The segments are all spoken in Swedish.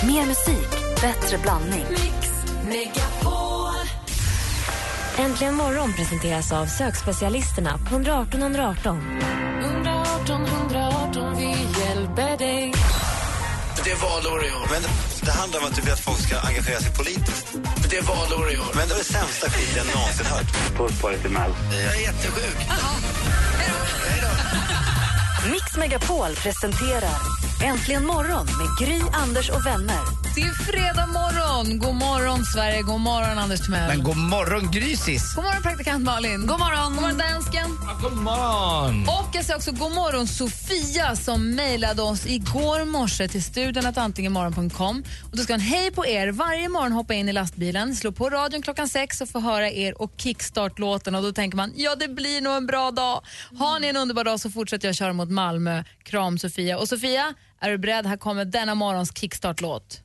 Mer musik, bättre blandning. Mix Megapol. Äntligen morgon presenteras av sökspecialisterna på 118 118. 118 118, vi hjälper dig. Det är valår i år. Men det handlar om att du vill att folk ska engagera sig politiskt. Det är valår i år. Men det är det sämsta skit jag någonsin hört. Puss på dig till Mel. Jag är jättesjuk. Hej då. Mix Megapol presenterar Äntligen morgon med Gry, Anders och vänner. Det är fredag morgon. God morgon Sverige, god morgon Anders Timell. Men god morgon Grysis. God morgon praktikant Malin. God morgon. God morgon dansken. Ja, god morgon. Och jag säger också god morgon Sofia som mejlade oss igår morse till studion@antingenmorgon.com. Och då ska en hej på er. Varje morgon hoppa in i lastbilen, slå på radion klockan 6 och få höra er och kickstart-låten. Och då tänker man, ja det blir nog en bra dag. Har ni en underbar dag så fortsätter jag köra mot Malmö. Kram Sofia. Och Sofia, är du beredd? Här kommer denna morgons kickstart-låt.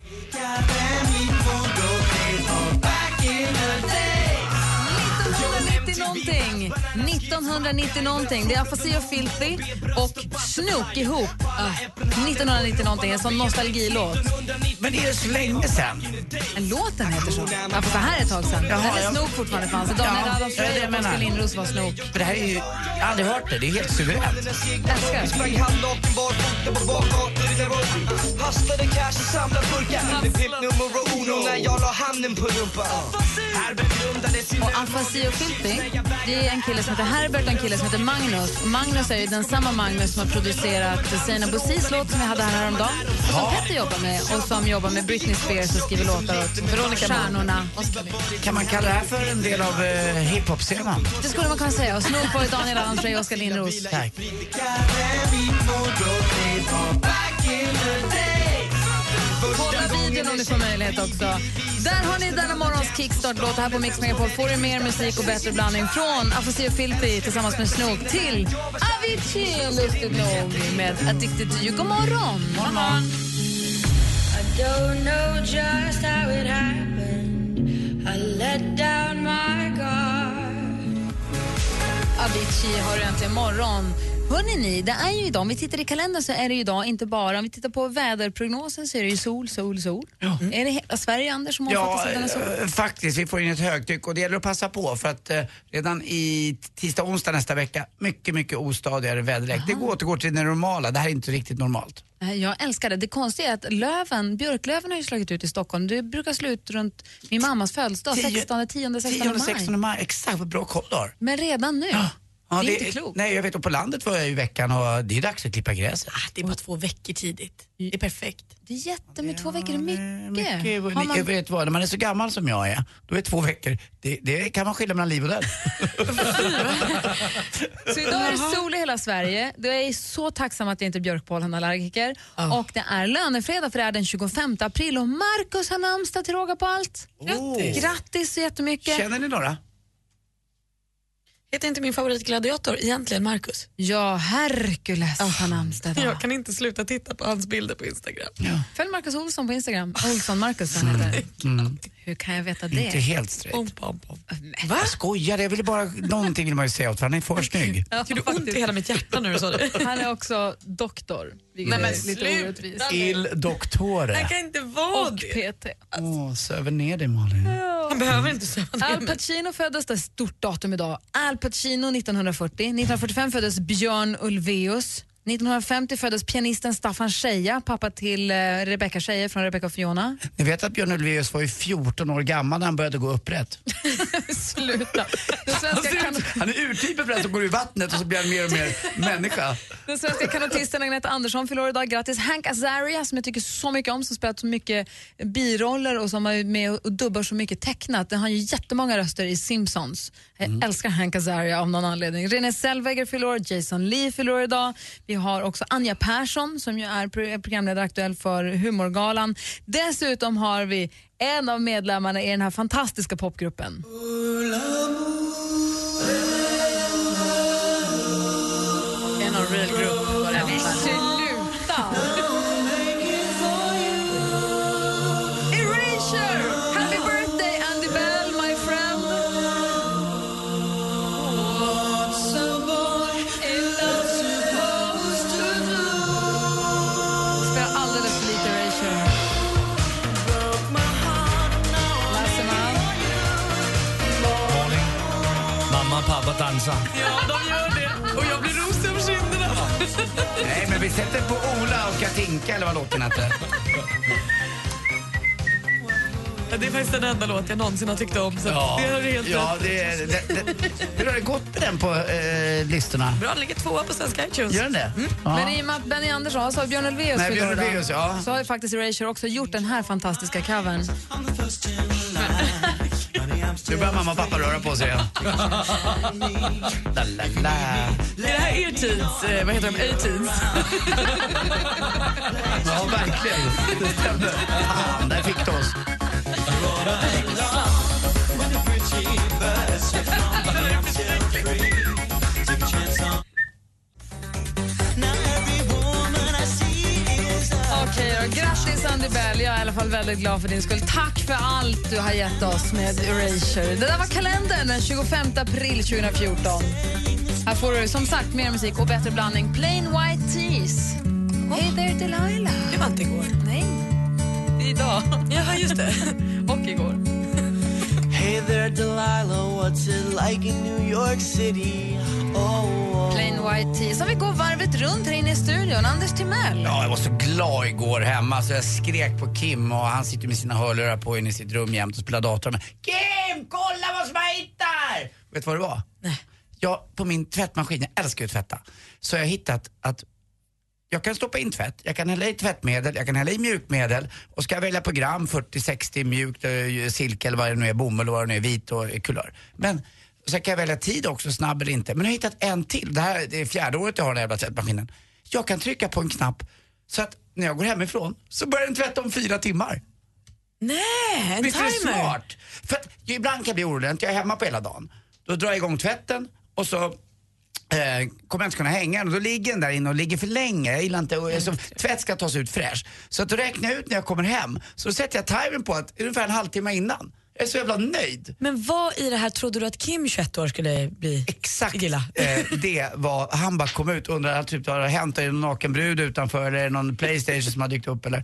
1990 någonting. Det är Afasi och Filthy och Snook ihop. 1990 någonting, en sån nostalgilåt. Men det är så länge sedan. En låten heter så. Ja, för det här är ett tag sedan. Eller Snook fortfarande fanns. Daniel Adams Ray och Oskar Lindros var Snook. För det här är ju, jag har aldrig hört det. Det är helt suveränt. Älskar. Hastade cash och samlade burkar. Det fick nummer uno när jag la handen på rumpan. Och Afasi och Filthy, det är en kille som heter Herbert och en kille som heter Magnus. Och Magnus är ju den samma Magnus som har producerat Sina Busis låt som vi hade häromdagen. Och som Petter jobbar med och som jobbar med Britney Spears och skriver låtar åt Veronica Stjärnorna. Kan man kalla det här för en del av hiphop-scenen? Det skulle man kunna säga. Och Snoop var ju Daniel Adams Ray och Oskar Lindros. Tack. Kolla videon om ni får möjlighet också. Där har ni denna morgons kickstart-låt. Här på Mix Megapol får du mer musik och bättre blandning från Afasi och Filthy tillsammans med Snook till Avicii, lustigt nog, med Addicted to You. God morgon! God morgon. I don't know just how it happened. I let down my guard. Avicii har du äntligen morgon. Hörrni ni, det är ju idag, om vi tittar i kalendern så är det ju idag inte bara, om vi tittar på väderprognosen så är det ju sol. Är det hela Sverige, Anders, som omfattas av denna sol? Faktiskt, vi får in ett högtryck och det gäller att passa på för att redan i tisdag, onsdag nästa vecka mycket ostadigare väderlek. Det återgår till det normala, det här är inte riktigt normalt. Jag älskar det. Det konstiga är att björklöven har ju slagit ut i Stockholm. Det brukar slut runt min mammas födelsedag, 10-16 maj. Exakt, vad bra koll du har. Men redan nu? Ja, det är inte klokt. Nej, jag vet, och på landet var jag i veckan och det är dags att klippa gräset. Det är bara 2 veckor tidigt. Det är perfekt. Det är med 2 veckor är mycket. Jag vet vad, när man är så gammal som jag är, då är 2 veckor, det kan man skilja mellan liv och död. Så idag är det sol i hela Sverige. Jag är så tacksam att jag inte är björkpollenallergiker. Och det är lönefredag för det är den 25 april och Marcus har namnsdag till råga på allt. Grattis så jättemycket. Känner ni några? Heter inte min favoritgladiator egentligen Marcus? Ja, Herkules har namnsdag. Jag kan inte sluta titta på hans bilder på Instagram. Ja. Följ Marcus Olsson på Instagram. Olsson Marcus han heter. Hur kan jag veta det? Inte helt straight. Va? Jag skojar, jag ville bara någonting vill man ju säga åt för han är för snygg. Ja, du ont i hela mitt hjärta när du sa det. Han är också doktor. Nej men lite orättvist. Il doktore. Han kan inte vara och det. PT. Söver ner dig Malin. Han behöver inte söva ner Al Pacino föddes, det är ett stort datum idag. Al Pacino 1940. 1945 föddes Björn Ulvaeus. 1950 föddes pianisten Staffan Scheja, pappa till Rebecca Scheja från Rebecca och Fiona. Ni vet att Björn Ulvaeus var ju 14 år gammal när han började gå upprätt. Sluta. Han är urtypen för den som går i vattnet och så blir han mer och mer människa. Den svenska kanotisten Agneta Andersson fyller år idag. Grattis. Hank Azaria som jag tycker så mycket om, som spelat så mycket biroller och som är med och dubbar så mycket tecknat. Den har ju jättemånga röster i Simpsons. Jag älskar Hank Azaria av någon anledning. Renée Zellweger fyller år, Jason Lee fyller år idag. Vi har också Anja Persson som ju är programledare aktuell för Humorgalan. Dessutom har vi en av medlemmarna i den här fantastiska popgruppen. En av real group. Sluta! Erasure! Happy birthday Andy Bell, my friend! Spelar alldeles för lite Erasure. dansa. Ja, de gör det. Och jag blir rost över kinderna. Nej, men vi sätter på Ola och Katinka, eller vad låten heter. Det är faktiskt den enda låt jag någonsin har tyckt om. Så Ja, det är helt hur har det gått med den på listorna? bra, den ligger 2 på svenska iTunes. Gör den det? Ja. Men i och med att Benny Andersson så har Björn Ulvaeus Nej, Björn förlorat, Ulvaeus, ja. så har ju faktiskt Erasure också gjort den här fantastiska covern. Nu börjar mamma och pappa röra på sig igen. La, la, la. Är det här er tids, vad heter de, A-teens? Ja, verkligen. Det stämde. Fan, där fick du oss. Okej då, grattis Andy Bell. Jag är i alla fall väldigt glad för din skull. Tack för allt du har gett oss med Erasure. Det där var kalendern den 25 april 2014. Här får du som sagt mer musik och bättre blandning. Plain White Tees. Hey there Delilah. Det var inte igår. Nej. Idag. Ja, just det. Och igår. Hey there Delilah, what's it like in New York City? Oh. Plain White Tees. Så vi går varvet runt här inne i studion. Anders Timell. Ja, jag var så glad igår hemma så jag skrek på Kim och han sitter med sina hörlurar på inne i sitt rum jämt och spelar dator. Men Kim, kolla vad som jag hittar! Vet du vad det var? Nej. Jag på min tvättmaskin, jag älskar att tvätta, så jag har hittat att jag kan stoppa in tvätt, jag kan hälla i tvättmedel, jag kan hälla i mjukmedel och ska jag välja program 40-60 mjukt, silke eller vad det nu är, bomull eller vad det nu är, vit och kulör. Men så kan jag välja tid också, snabb eller inte. Men jag har hittat en till, det här det är 4:e året jag har den här jävla tvättmaskinen. Jag kan trycka på en knapp så att när jag går hemifrån så börjar den tvätta om 4 timmar. Nej, en Visst är det timer. smart? För att ibland kan jag bli orolig, jag är hemma på hela dagen. Då drar jag igång tvätten och så kommer jag inte kunna hänga den och då ligger den där inne och ligger för länge. Jag gillar inte, så tvätt ska tas ut fräsch. Så att då räknar jag ut när jag kommer hem. Så då sätter jag timern på att ungefär en halvtimme innan. Jag är så jävla nöjd. Men vad i det här trodde du att Kim 21 år skulle bli? Exakt gilla? Det var, han bara kom ut och undrade typ, vad har hänt? Är det någon naken brud utanför eller är det någon Playstation som har dykt upp eller?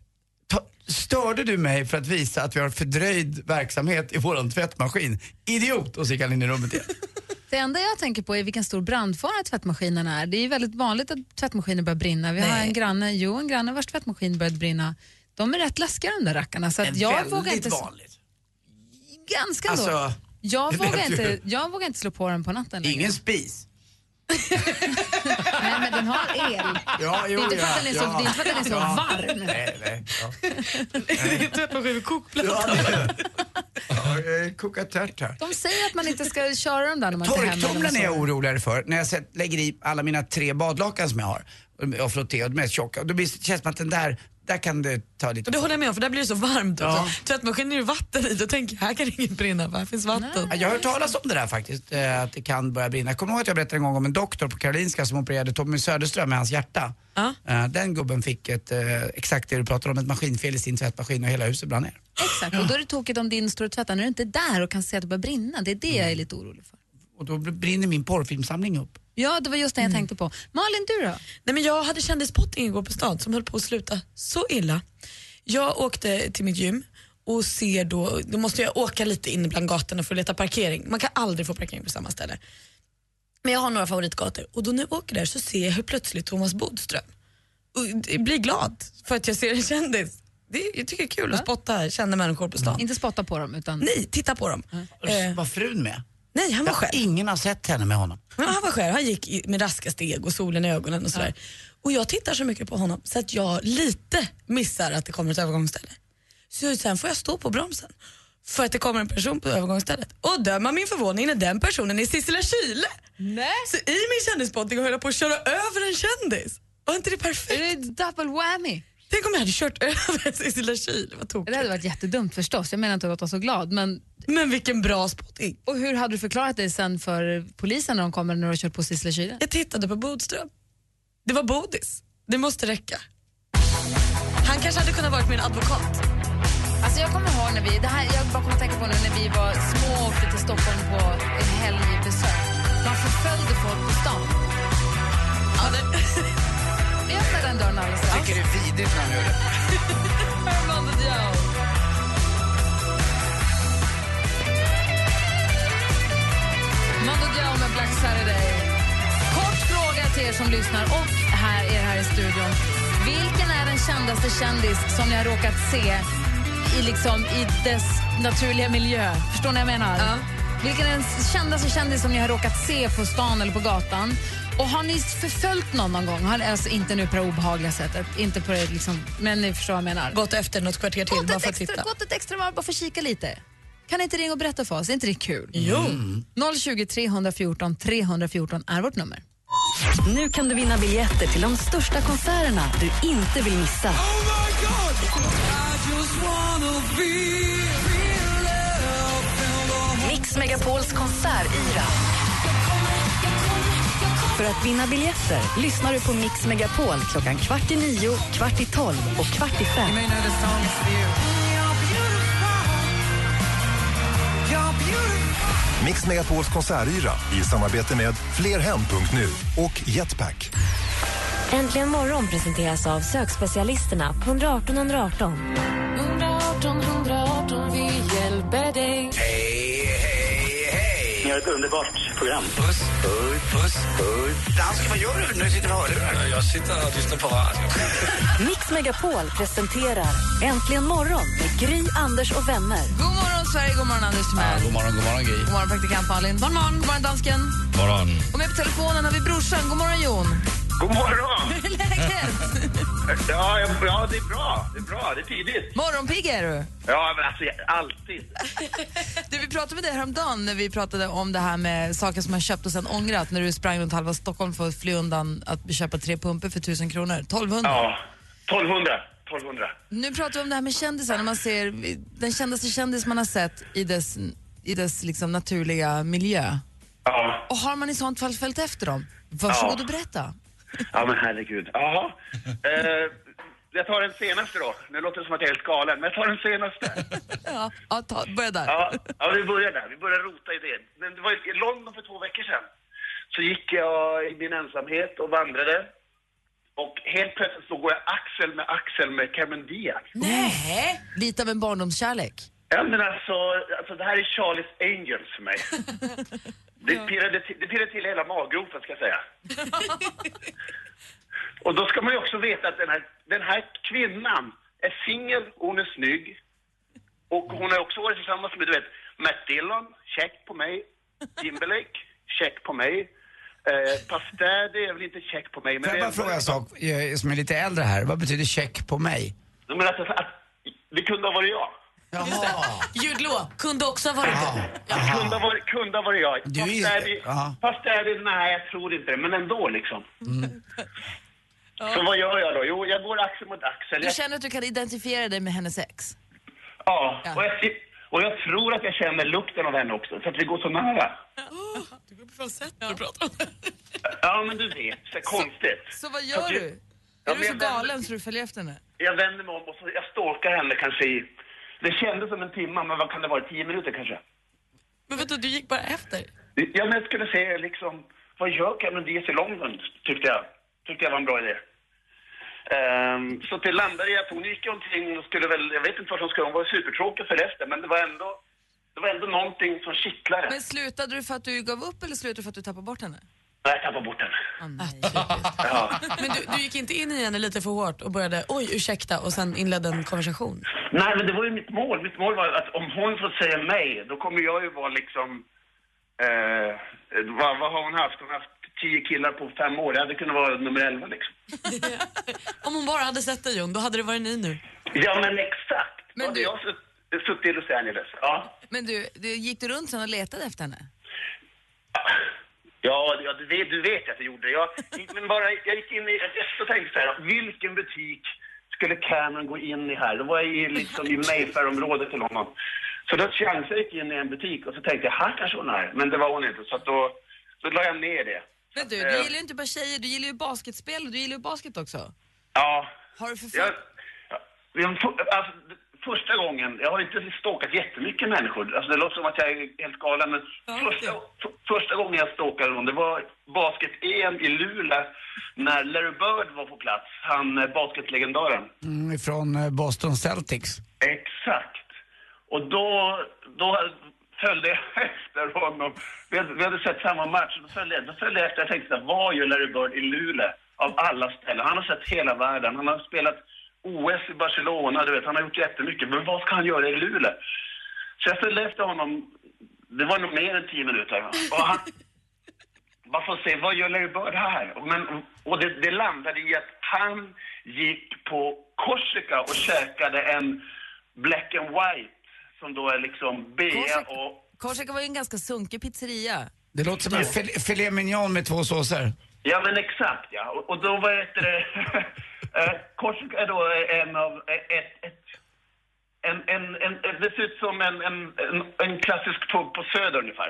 Störde du mig för att visa att vi har fördröjd verksamhet i våran tvättmaskin? Idiot! Och så gick han in i rummet igen. Det enda jag tänker på är vilken stor brandfara tvättmaskinen är. Det är ju väldigt vanligt att tvättmaskiner börjar brinna. Vi har en granne vars tvättmaskin började brinna. De är rätt läskiga de där rackarna. Så att jag vågar inte... vanligt. Ganska ändå. Alltså, jag vågar inte slå på den på natten längre. Ingen spis. Nej, men den har el. Ja, jo, det är inte för att den är så, det är inte för att den är så varm. Nej. Det är tvättmaskin med kokplatta. Koka tört här. De säger att man inte ska köra dem där när man inte är hemma. Torktumlaren är jag oroligare för. När jag lägger i alla mina 3 badlakan som jag har och frotté och de mest tjocka. Och då känns det som att den där kan det ta lite. Och det håller jag med om, för där blir det så varmt. Ja. Tvättmaskinen är ju vatten i, då tänker jag, här kan inget brinna, här finns vatten. Jag har hört talas om det där faktiskt, att det kan börja brinna. Jag kommer ihåg att jag berättade en gång om en doktor på Karolinska som opererade Tommy Söderström med hans hjärta. Den gubben fick exakt det du pratar om, ett maskinfel i sin tvättmaskin och hela huset brann ner. Exakt, och då är det tokigt om din står och tvättar när du inte är där och kan se att det börjar brinna. Det är det jag är lite orolig för. Och då brinner min porrfilmsamling upp. Ja, det var just det jag tänkte på. Malin, du då? Nej, men jag hade kändisspotting igår på stan som höll på att sluta så illa. Jag åkte till mitt gym och ser då måste jag åka lite in bland gatorna för att leta parkering. Man kan aldrig få parkering på samma ställe. Men jag har några favoritgator och då när jag åker där så ser jag hur plötsligt Thomas Bodström och jag blir glad för att jag ser en kändis. Jag tycker det är kul att spotta kända människor på stan. Inte spotta på dem utan... Nej, titta på dem. Var frun med? Nej, han var själv. Ingen har sett henne med honom. Ja, han var själv, han gick med raska steg och solen i ögonen och sådär. Och jag tittar så mycket på honom så att jag lite missar att det kommer ett övergångsställe. Så sen får jag stå på bromsen för att det kommer en person på övergångsstället. Och döma min förvåning när den personen är Sissela Kyle. Nej. Så i min kändisspotting höll jag på att köra över en kändis. Var inte det perfekt? Är det double whammy? Tänk om jag hade kört över Sissela Kyle. Vad tokigt. Det hade varit jättedumt förstås. Jag menar inte att vara så glad. Men vilken bra spotting. Och hur hade du förklarat det sen för polisen när de kommer när du har kört på Sissela Kyle? Jag tittade på Bodström. Det var Bodis. Det måste räcka. Han kanske hade kunnat vara min advokat. Alltså jag kommer ihåg när jag bara kommer att tänka på nu när vi var små och åkte till Stockholm på en helgbesök. Man förföljde folk på stan. Ja, vi öppnar den dörren alldeles strax. Jag tycker det är vidrigt när man gör det. Armando Diao. Mando Diao med Black lyssnar och här i studion. Vilken är den kändaste kändis som ni har råkat se i dess naturliga miljö? Förstår ni vad jag menar? Ja. Vilken är den kändaste kändis som ni har råkat se på stan eller på gatan? Och har ni förföljt någon gång? Alltså inte nu på det obehagliga sättet, inte på det men ni förstår vad jag menar. Gått efter något kvarter till bara för att titta. Gått ett extra varv bara för att kika lite. Kan inte ringa och berätta för oss? Är inte det kul? Jo. 020 314 314 är vårt nummer. Nu kan du vinna biljetter till de största konserterna du inte vill missa. Mix Megapols konsertyra. För att vinna biljetter lyssnar du på Mix Megapol klockan 8:45, 12:15 och 5:15. Mix Megapols konsertyra i samarbete med flerhem.nu och Jetpack. Äntligen morgon presenteras av sökspecialisterna på 118 118. 118 118, vi hjälper dig. Ni har ett underbart program. Puss. Dansk, vad gör du när du sitter och hör? Jag sitter och lyssnar på radio. Mix Megapol presenterar Äntligen morgon med Gry, Anders och vänner. God morgon Sverige, god morgon Anders Timell. God morgon Gry. God morgon praktikant Malin. God morgon dansken. Morgon. Och med på telefonen har vi brorsan. God morgon Jon. God morgon! Hur är läget? Ja, det är bra. Det är tidigt. Morgonpigg är du? Ja, men alltså alltid. Du, vi pratade med dig häromdagen när vi pratade om det här med saker som man köpt och sen ångrat när du sprang runt halva Stockholm för att fly undan att köpa 3 pumper för 1000 kronor. 1200. Ja, 1200. Nu pratar vi om det här med kändisar, när man ser den kändaste kändis man har sett i dess liksom naturliga miljö. Ja. Och har man i sånt fall följt efter dem? Varsågod och berätta. Ja, men herregud. Jaha. Jag tar den senaste då. Nu låter det som att jag är helt galen, men jag tar den senaste. Börja där. Ja, vi börjar där. Vi börjar rota i det. Men det var i London för 2 veckor sedan. Så gick jag i min ensamhet och vandrade. Och helt plötsligt så går jag axel med Cameron Diaz. Nej! Lite av en barndomskärlek. Ja, men alltså det här är Charlie's Angels för mig. Det pirrade till hela maggropen, ska jag säga. Och då ska man ju också veta att den här kvinnan är singel, hon är snygg. Och hon har också varit tillsammans med, du vet, Matt Dillon, check på mig. Timberlake, check på mig. Pastade är väl inte check på mig. Men får jag bara fråga en sak som är lite äldre här. Vad betyder check på mig? Men att det kunde ha varit jag. Jaha. Ljudlå, kunde också ha varit det. Kunde ha varit jag. Fast är det, nej, jag tror inte det. Men ändå liksom. Så vad gör jag då? Jo, jag går axel mot axel. Du känner att du kan identifiera dig med hennes ex? Ja. Och jag tror att jag känner lukten av henne också. Så att vi går så nära. Du går på falsett när du pratar om det. Ja, men du vet. Så konstigt. Så vad gör du? Är du så galen så du följer efter henne? Jag vänder mig om och så jag stalkar henne kanske i... Det kändes som en timme, men vad kan det vara? 10 minuter kanske? Men vet du gick bara efter? Ja, men jag skulle säga liksom... Vad gör Cameron Diaz i London? Tyckte jag var en bra idé. Så till landade jag, hon gick omkring och skulle väl... Jag vet inte vad som skulle... Hon var supertråkig för resten, men det var ändå någonting som kittlade. Men slutade du för att du gav upp eller slutade du för att du tappade bort henne? Nej, jag tappade bort henne. Ja. Men du gick inte in i henne lite för hårt och började, ursäkta, och sen inledde en konversation? Nej, men det var ju mitt mål. Mitt mål var att om hon får säga nej, då kommer jag ju vara liksom... vad har hon haft? Hon har haft 10 killar på 5 år. Det hade kunnat vara nummer 11 liksom. Om hon bara hade sett dig, Jon, då hade det varit ni nu. Ja, men exakt. Men jag suttit i Los Angeles. Ja. Men du gick du runt sen och letade efter henne? Ja, du vet att jag gjorde det. Jag gick in i... Jag tänkte så här, vilken butik skulle Cameron gå in i här? Då var jag i Mayfair-området till honom. Så då chansade jag gick in i en butik och så tänkte jag, här kanske hon är. Men det var hon inte, så att då la jag ner det. Men du gillar ju inte bara tjejer, du gillar ju basketspel och du gillar ju basket också. Ja. Har du första gången, jag har inte stalkat jättemycket människor. Alltså det låter som att jag är helt galen, men första gången jag stalkade någon, det var basket-EM i Luleå när Larry Bird var på plats, han basketlegendaren. Från Boston Celtics. Exakt. Och då följde jag efter honom. Vi hade sett samma match. Då följde jag efter. Jag tänkte så här, vad gör Larry Bird i Luleå? Av alla ställen. Han har sett hela världen. Han har spelat OS i Barcelona, du vet. Han har gjort jättemycket. Men vad ska han göra i Luleå? Så jag följde efter honom. Det var nog mer än 10 minuter. Och han... Bara får se, vad gör Larry Bird här? Och det landade i att han gick på Korsika och käkade en black and white som då är liksom bea och... Korsika var ju en ganska sunkig pizzeria. Det låter som en filet mignon med 2 såser. Ja, men exakt, ja. Och då var det... Korsika är då en av... Det ser ut som en klassisk pub på Söder ungefär.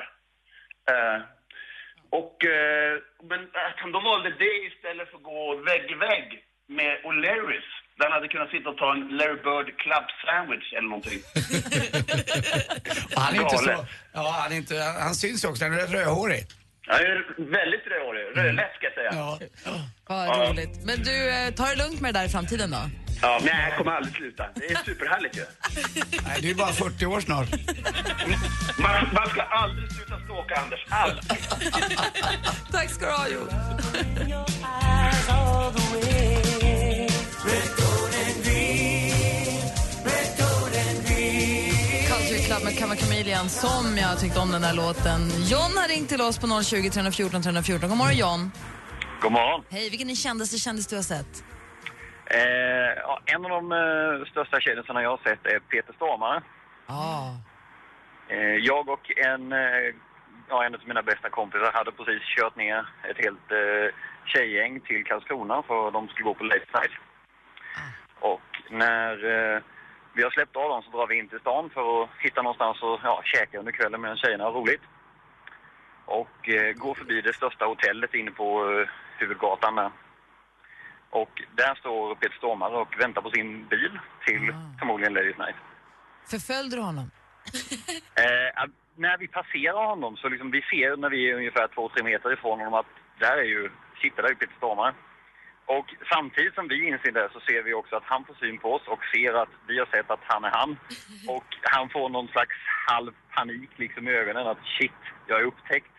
Men att han då valde det istället för att gå vägg i vägg med O'Learys. Där han hade kunnat sitta och ta en Larry Bird Club Sandwich eller någonting. Och han är inte så... Ja, han syns ju också, han är rödhårig. Han är väldigt rödhårig. Rödlätt ska jag säga. Ja. Vad roligt. Men du, tar det lugnt med det där i framtiden då? Ja, nej, jag kommer aldrig sluta. Det är superhärligt ju. Nej, du är bara 40 år snart. Man ska aldrig sluta ståka, Anders. Aldrig. Tack ska du ha, Jo. Country Club med Kama Chameleon, som jag tyckte om den där låten. John har ringt till oss på 020 314 314. God morgon, John. God morgon. Hej, vilken är kändis du har sett? En av de största kändisarna jag har sett är Peter Stormare. Jag och en av mina bästa kompisar hade precis kört ner ett helt tjejgäng till Karlskrona för de skulle gå på Late Night. Och när vi har släppt av dem så drar vi in till stan för att hitta någonstans och käka under kvällen med tjejerna, roligt. Och går förbi det största hotellet inne på huvudgatan där. Och där står Peter Stormare och väntar på sin bil till förmodligen Ladies Night. Förföljde du honom? När vi passerar honom så liksom, vi ser när vi är ungefär 2-3 meter ifrån honom att där är ju Peter Stormare. Och samtidigt som vi inser det så ser vi också att han får syn på oss och ser att vi har sett att han är han. Och han får någon slags halv panik liksom i ögonen att shit, jag är upptäckt.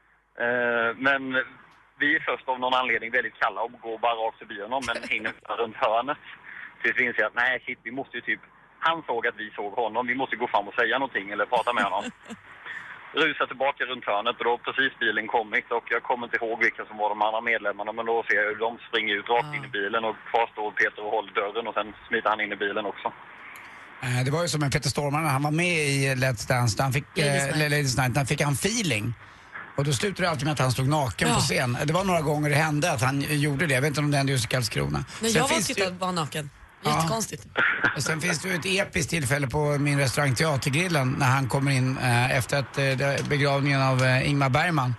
Men vi är först av någon anledning väldigt kalla och går bara rakt förbi honom men hinner runt hörnet. Tills vi inser att nej shit, vi måste ju typ... Han såg att vi såg honom, vi måste gå fram och säga någonting eller prata med honom. Rusar tillbaka runt hörnet och då har precis bilen kommit och jag kommer inte ihåg vilka som var de andra medlemmarna, men då ser jag hur de springer ut rakt in i bilen och kvar står Peter och håller dörren och sen smiter han in i bilen också. Det var ju som en Peter Stormare när han var med i Let's Dance, han fick, Ladies Night, han fick han feeling. Och då slutade det alltid med att han stod naken på scen. Det var några gånger det hände att han gjorde det. Jag vet inte om det hände just i Karlskrona. Men jag var tittad var naken. Jättekonstigt. Och sen finns det ju ett episkt tillfälle på min restaurang Teatergrillen när han kommer in efter att begravningen av Ingmar Bergman.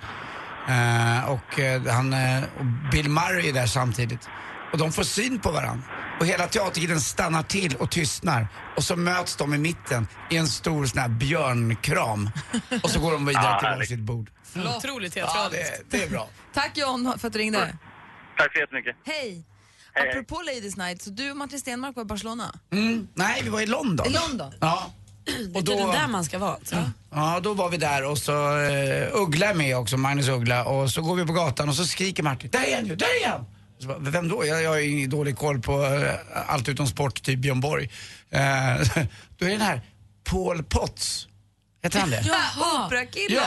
Och Bill Murray är där samtidigt. Och de får syn på varandra. Och hela Teatergrillen stannar till och tystnar. Och så möts de i mitten i en stor sån här björnkram. Och så går de vidare till sitt bord. Otroligt teatraliskt. Ja, det är bra. Tack John för att du ringde. Tack så jättemycket. Hej. Apropå Ladies Night, så du och Martin Stenmark var i Barcelona? Nej, vi var i London. I London? Ja. Och då, det är där man ska vara. Ja, då var vi där och så Uggla är med också, Magnus Uggla. Och så går vi på gatan och så skriker Martin, där är han ju, där är han! Så bara, vem då? Jag har ju dålig koll på allt utom sport, typ Björn Borg. Då är den här Paul Potts. Heter han det? Ja, operakillen.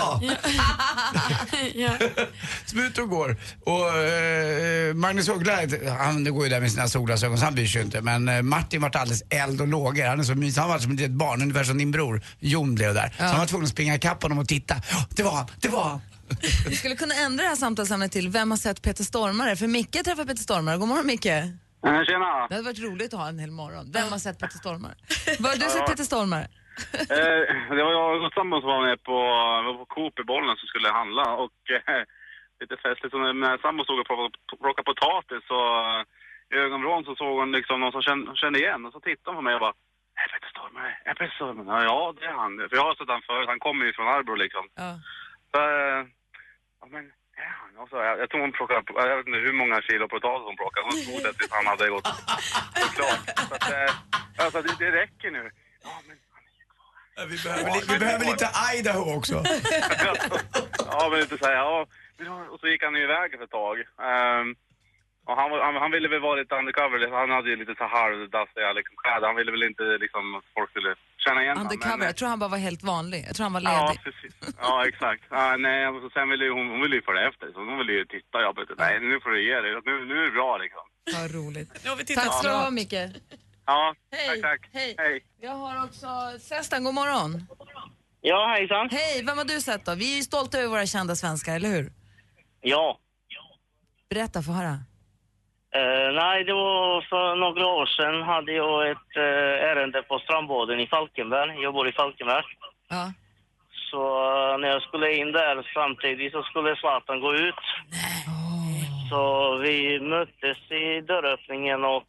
Ja. Som ut och går. Och Magnus Uggla, han går ju där med sina solglasögon så han bryr sig inte. Men Martin vart alldeles eld och lågor. Han är så mysig, han var som ett litet barn, ungefär som din bror Jon blev där. Så han var tvungen att springa ikapp honom och titta. Det var han. Vi skulle kunna ändra det här samtalsämnet till vem har sett Peter Stormare? För Micke träffar Peter Stormare. God morgon Micke. Tjena. Det hade varit roligt att ha en hel morgon. Vem har sett Peter Stormare? Var har du sett Peter Stormare? Det var jag och sambon som var med på Coop i Bollen som skulle handla och lite festligt. Så när sambon stod och plockade potatis så i ögonvrån så såg hon liksom någon som kände igen och så tittade hon på mig och bara Peter Stormare. Ja, det är han. För jag har sett han förut, han kommer ju från Arbro liksom. Så, ja men är han? Och så, jag tror hon plockade, jag vet inte hur många kilo potatis hon plockade. Hon stod där tills han hade gått klart. Så att, alltså det räcker nu. Ja men han är ju kvar. Vi behöver lite Idaho också. Ja, men lite så här, ja. Och så gick han ju iväg för ett tag. Och han ville väl vara lite undercover. Han hade ju lite så halvdassiga liksom, kläder. Han ville väl inte liksom att folk skulle känna igen honom. Undercover, jag tror han bara var helt vanlig. Jag tror han var ledig. Ja, precis. Ja, exakt. Nej, och så sen ville hon ville ju följa efter. Så hon ville ju titta. Jag bara, nej, nu får du ge dig. Nu är det bra liksom. Vad roligt. Tack så du ha, Micke. Ja, Hej. tack. Hej. Jag har också Sestan, god morgon. Ja, hejsan. Hej, vem har du sett då? Vi är ju stolta över våra kända svenskar, eller hur? Ja. Berätta, få höra. Nej, det var för några år sedan hade jag ett ärende på strandbåden i Falkenberg. Jag bor i Falkenberg. Ja. Så när jag skulle in där samtidigt så skulle Zlatan gå ut. Nej. Så vi möttes i dörröppningen och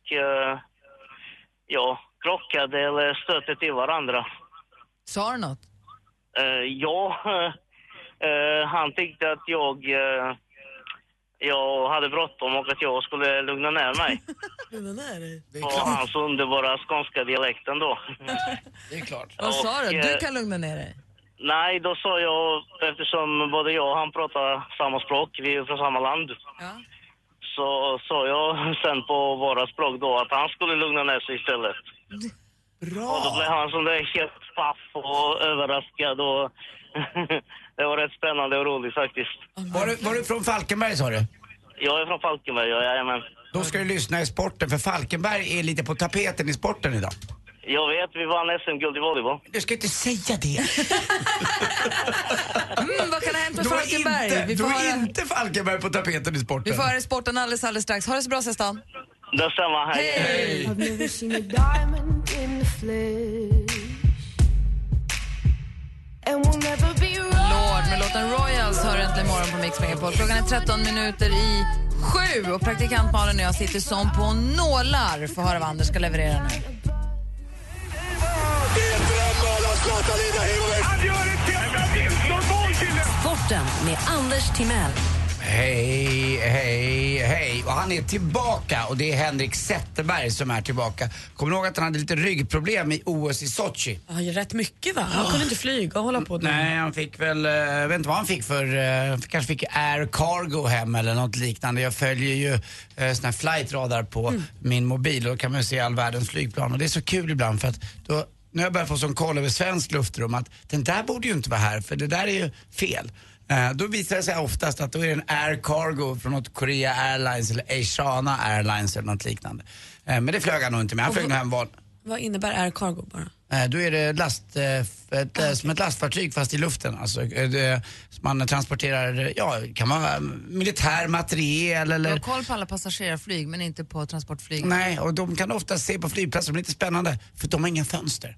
krockade eller stötte till varandra. Sa du något? Ja, han tyckte att jag hade bråttom och att jag skulle lugna ner mig. Lugna ner dig? Och hans underbara skånska dialekten då. Det är klart. Vad sa du? Du kan lugna ner dig. Nej, då sa jag, eftersom både jag och han pratar samma språk, vi är från samma land. Ja. Så sa jag sen på våra språk då att han skulle lugna ner sig istället. Bra! Och då blev han sån där helt paff och överraskad och det var rätt spännande och roligt faktiskt. Var du från Falkenberg, sa du? Jag är från Falkenberg, jajamän. Då ska du lyssna i sporten, för Falkenberg är lite på tapeten i sporten idag. Jag vet, vi vann SM-guld i volleyboll. Du ska inte säga det. Vad kan ha hänt med Falkenberg? Då är inte Falkenberg på tapeten i sporten. Vi får höra i sporten alldeles strax. Ha det så bra, Sestan. Detsamma, hej. I've never seen a diamond in the flesh. And we'll never be Lord med låten Royals hör äntligen morgon på Mix Megapol. Klockan är 7:13 och praktikant Malin och jag sitter som på nålar för att höra vad Anders ska leverera nu. Sporten med Anders Timell. Hej. Och han är tillbaka och det är Henrik Zetterberg som är tillbaka. Kommer du ihåg att han hade lite ryggproblem i OS i Sochi? Ja, rätt mycket va? Han kunde inte flyga och hålla på. Nej, han fick väl, jag vet inte vad han fick för, kanske fick Air Cargo hem eller något liknande. Jag följer ju såna här flightradar på min mobil och då kan man se all världens flygplan. Och det är så kul ibland för att då, när jag börjar få sån koll över svensk luftrum att den där borde ju inte vara här för det där är ju fel. Då visar det sig oftast att då är det en Air Cargo från något Korea Airlines eller Asiana Airlines eller något liknande. Men det flög han nog inte med. Han flög nog hem var. Vad innebär Air Cargo bara? Då är det som ett lastfartyg fast i luften. Alltså, man transporterar, kan man vara militär materiel eller... Jag har koll på alla passagerarflyg men inte på transportflyg. Nej, och de kan ofta se på flygplatser, det är lite spännande för de har inga fönster.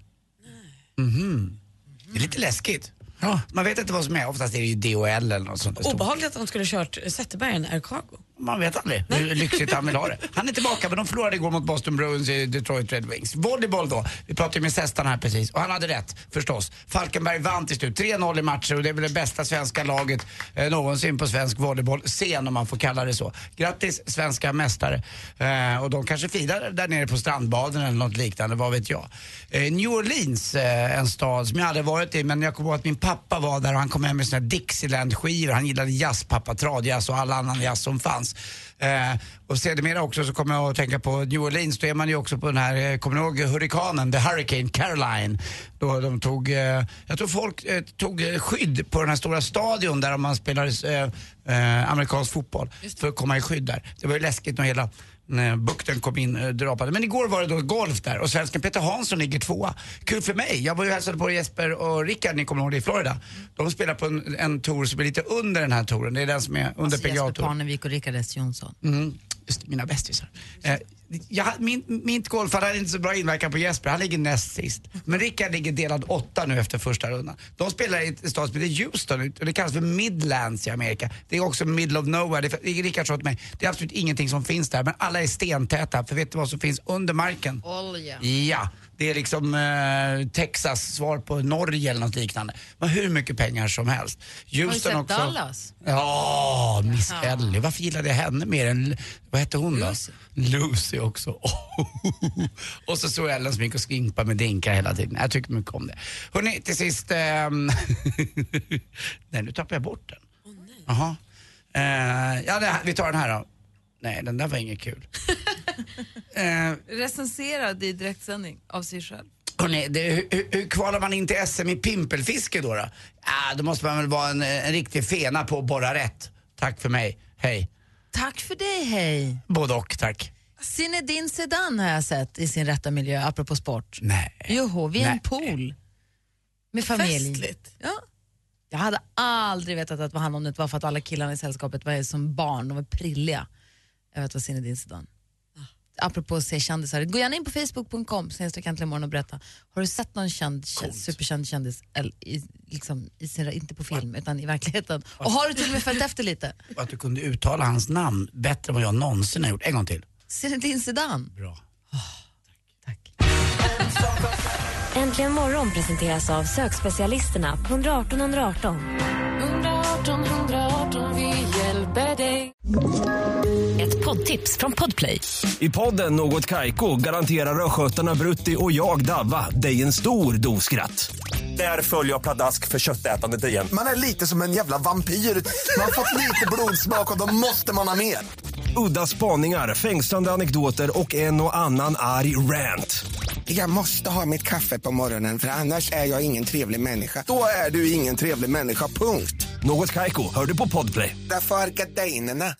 Det är lite läskigt. Ja, man vet inte vad som är, oftast är det ju DHL eller något sånt. Obehagligt att de skulle kört Zetterberg en Air Cargo. Man vet aldrig hur lyxigt han vill ha det. Han är tillbaka men de förlorade igår mot Boston Bruins i Detroit Red Wings. Volleyboll då, vi pratade med Sestan här precis och han hade rätt förstås. Falkenberg vann till slut 3-0 i matcher och det är väl det bästa svenska laget någonsin på svensk volleyboll-scen om man får kalla det så. Grattis svenska mästare. Och de kanske firar där nere på strandbaden eller något liknande, vad vet jag. New Orleans, en stad som jag aldrig varit i men jag kommer ihåg att min pappa var där och han kom hem med såna Dixieland-skivor. Han gillade jazz, pappa, tradjazz och all annan jazz som fanns. Och sedermera också så kommer jag att tänka på New Orleans, då är man ju också på den här, kommer ni ihåg hurrikanen, The Hurricane Caroline, då de tog, jag tror folk tog skydd på den här stora stadion där man spelar amerikansk fotboll för att komma i skydd där. Det var ju läskigt när hela bukten kom in drapade. Men igår var det då golf där och svensken Peter Hansson ligger 2:a. Kul för mig. Jag var ju hälsade på Jesper och Rickard, ni kommer ihåg det, i Florida. De spelar på en tour som är lite under den här touren. Det är den som är under PGA-touren. Jesper Parnevik och Rickard S. Jonsson. Just mina bästisar. Mitt golf hade inte så bra inverkan på Jesper. Han ligger näst sist. Men Rickard ligger delad 8 nu efter första rundan. De spelar i ett stad som heter Houston och det kallas för Midlands i Amerika. Det är också middle of nowhere. Rickard sa till mig, det är absolut ingenting som finns där. Men alla är stentäta. För vet du vad som finns under marken? Olja. Ja, Det är liksom Texas svar på Norge eller något liknande. Men hur mycket pengar som helst. Har du sett Dallas? Ja, Miss Ellie. Varför gillade jag henne mer än, vad hette hon då? Lucy också. Och så såg Ellen som gick och skimpa med Dinka hela tiden. Jag tycker mycket om det. Hörrni, till sist... Nej, nu tappar jag bort den. Jaha. Vi tar den här då. Nej, den där var inget kul. Recenserad i direktsändning av sig själv. Hörrni, hur kvalar man in till SM i pimpelfiske då? Då måste man väl vara en riktig fena på att borra rätt. Tack för mig, hej. Tack för dig, hej. Både och, tack. Zinedine Zidane har jag sett i sin rätta miljö, apropå sport. Nej. Joho, vid en pool. Med familj. Festligt. Ja. Jag hade aldrig vetat att det var han, om det var för att alla killarna i sällskapet var som barn, de var prilliga. Jag vet vad Zinedine Zidane. Apropå att se kändisar, gå gärna in på facebook.com och berätta, har du sett någon superkänd kändis i sin, inte på film utan i verkligheten, och har du till och med följt efter lite? Att du kunde uttala hans namn bättre än vad jag någonsin har gjort. En gång till. Zinedine Zidane. Bra. Tack. Äntligen morgon presenteras av sökspecialisterna på 118 118. 118 118, vi hjälper dig. Ett poddtips från Podplay. I podden Något Kaiko garanterar skötarna Brutti och jag Davva dig en stor doskratt. Där följer jag pladask för köttätandet igen. Man är lite som en jävla vampyr. Man har fått lite blodsmak och då måste man ha mer. Udda spaningar, fängslande anekdoter och en och annan arg rant. Jag måste ha mitt kaffe på morgonen för annars är jag ingen trevlig människa. Då är du ingen trevlig människa, punkt. Något Kaiko, hör du på Podplay. Därför är gardinerna.